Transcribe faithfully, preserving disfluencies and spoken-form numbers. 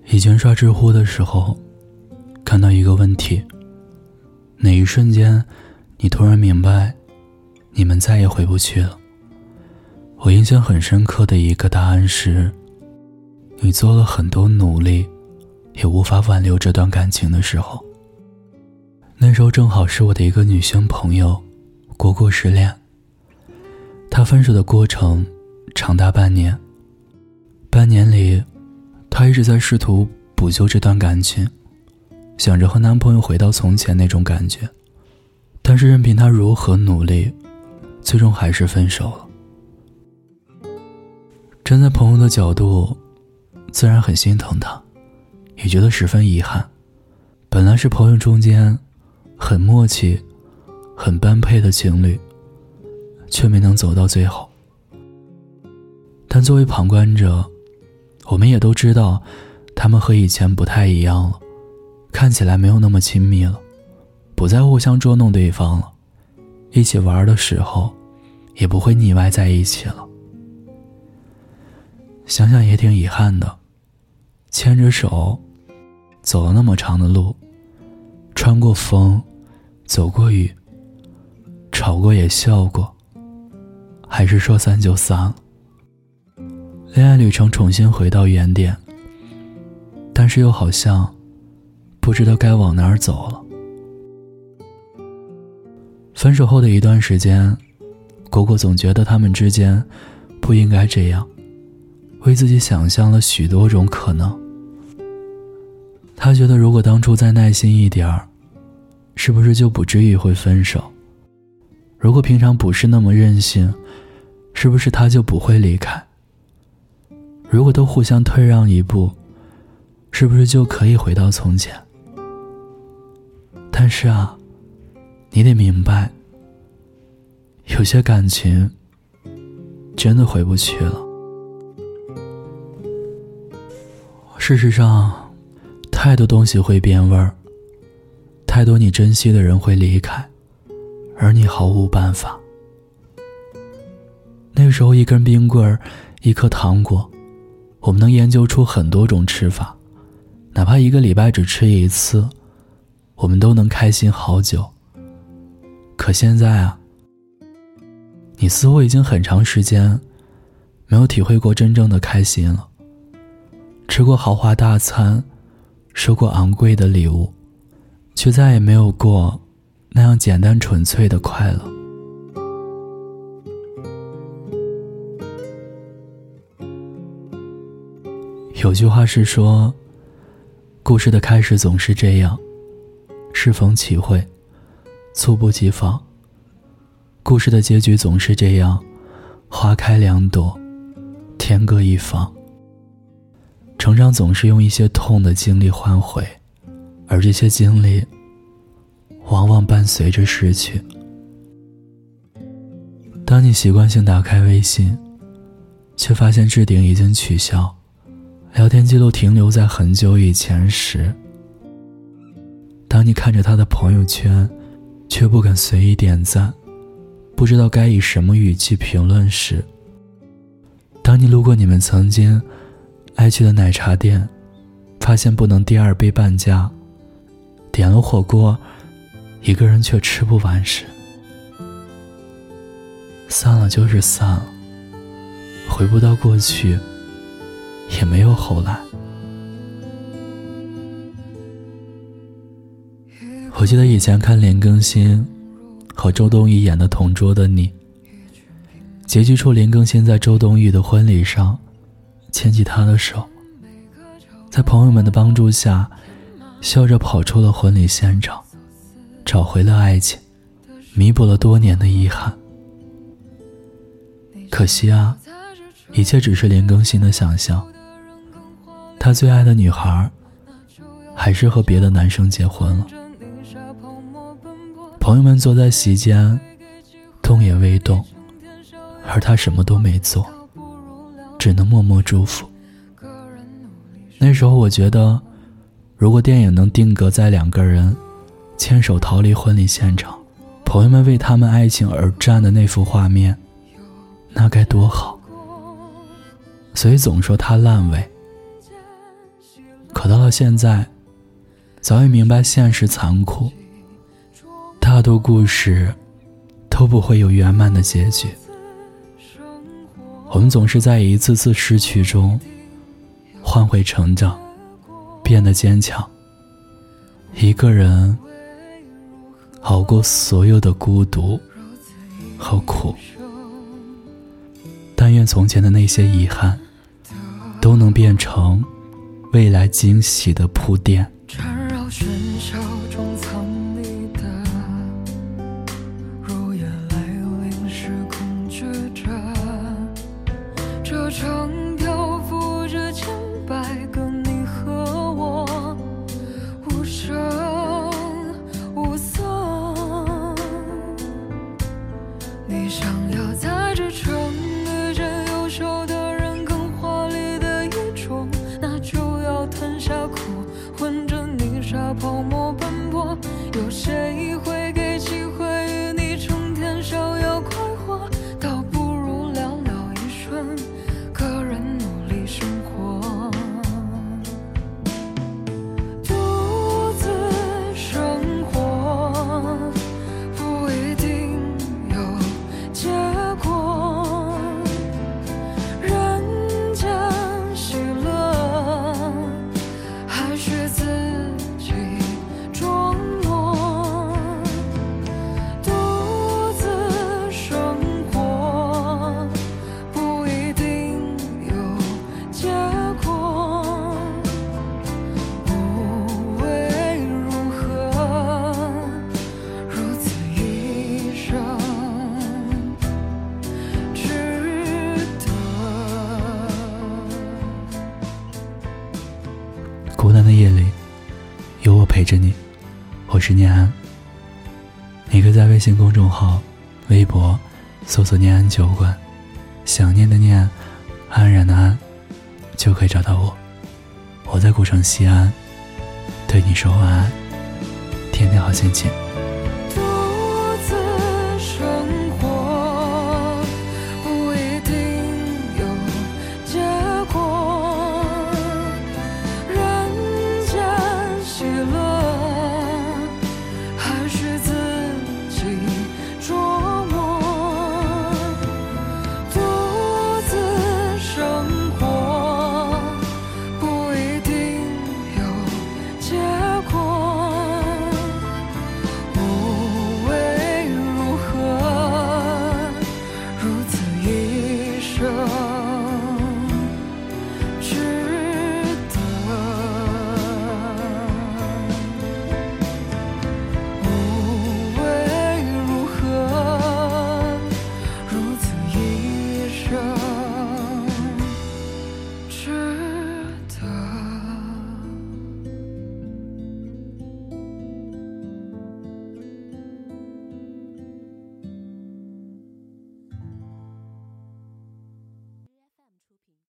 以前刷知乎的时候，看到一个问题：哪一瞬间你突然明白你们再也回不去了？我印象很深刻的一个答案是，你做了很多努力也无法挽留这段感情的时候。那时候正好是我的一个女性朋友国过失恋，她分手的过程长达半年，半年里她一直在试图补救这段感情，想着和男朋友回到从前那种感觉，但是任凭她如何努力，最终还是分手了。站在朋友的角度，自然很心疼她，也觉得十分遗憾。本来是朋友中间很默契很般配的情侣，却没能走到最后。但作为旁观者，我们也都知道他们和以前不太一样了，看起来没有那么亲密了，不再互相捉弄对方了，一起玩的时候也不会腻歪在一起了。想想也挺遗憾的，牵着手走了那么长的路，穿过风，走过雨，吵过也笑过，还是说散就散了。恋爱旅程重新回到原点，但是又好像不知道该往哪儿走了。分手后的一段时间，果果总觉得他们之间不应该这样，为自己想象了许多种可能。他觉得如果当初再耐心一点儿，是不是就不至于会分手？如果平常不是那么任性，是不是他就不会离开？如果都互相退让一步，是不是就可以回到从前？但是啊，你得明白，有些感情真的回不去了。事实上，太多东西会变味儿，太多你珍惜的人会离开，而你毫无办法。那个时候，一根冰棍，一颗糖果，我们能研究出很多种吃法，哪怕一个礼拜只吃一次，我们都能开心好久。可现在啊，你似乎已经很长时间没有体会过真正的开心了。吃过豪华大餐，收过昂贵的礼物，却再也没有过那样简单纯粹的快乐。有句话是说，故事的开始总是这样，适逢其会，猝不及防。故事的结局总是这样，花开两朵，天各一方。成长总是用一些痛的经历换回，而这些经历往往伴随着失去。当你习惯性打开微信，却发现置顶已经取消，聊天记录停留在很久以前时，当你看着他的朋友圈，却不敢随意点赞，不知道该以什么语气评论时，当你路过你们曾经爱去的奶茶店，发现不能第二杯半价，点了火锅，一个人却吃不完时，散了就是散了，回不到过去，也没有后来。我记得以前看连更新和周冬雨演的《同桌的你》，结局处连更新在周冬雨的婚礼上牵起她的手，在朋友们的帮助下，笑着跑出了婚礼现场，找回了爱情，弥补了多年的遗憾。可惜啊，一切只是连更新的想象，他最爱的女孩还是和别的男生结婚了。朋友们坐在席间，动也未动，而他什么都没做，只能默默祝福。那时候我觉得，如果电影能定格在两个人牵手逃离婚礼现场，朋友们为他们爱情而战的那幅画面，那该多好。所以总说他烂尾， 到了现在，早已明白现实残酷，大多故事都不会有圆满的结局。我们总是在一次次失去中换回成长，变得坚强。一个人熬过所有的孤独和苦，但愿从前的那些遗憾都能变成未来惊喜的铺垫。 缠绕喧嚣中藏匿的，如夜来临时恐惧着，这场漂浮着千百个你和我，无声无色。你想要在这城遇见优秀的人，更华丽的一种，那就要吞下苦，混着泥沙泡沫奔波。有谁会给机会与你成天逍遥快活？倒不如寥寥一瞬，个人努力生活。独自生活不一定有结果，人间喜乐还需自己琢磨。独自生活不一定有结果，无谓如何如此一生值得。 孤单的夜里有我陪着你，我是念安。你可以在微信公众号、微博搜索念安酒馆，想念的念，安然的安，就可以找到我。我在古城西安，对你说晚安，天天好心情。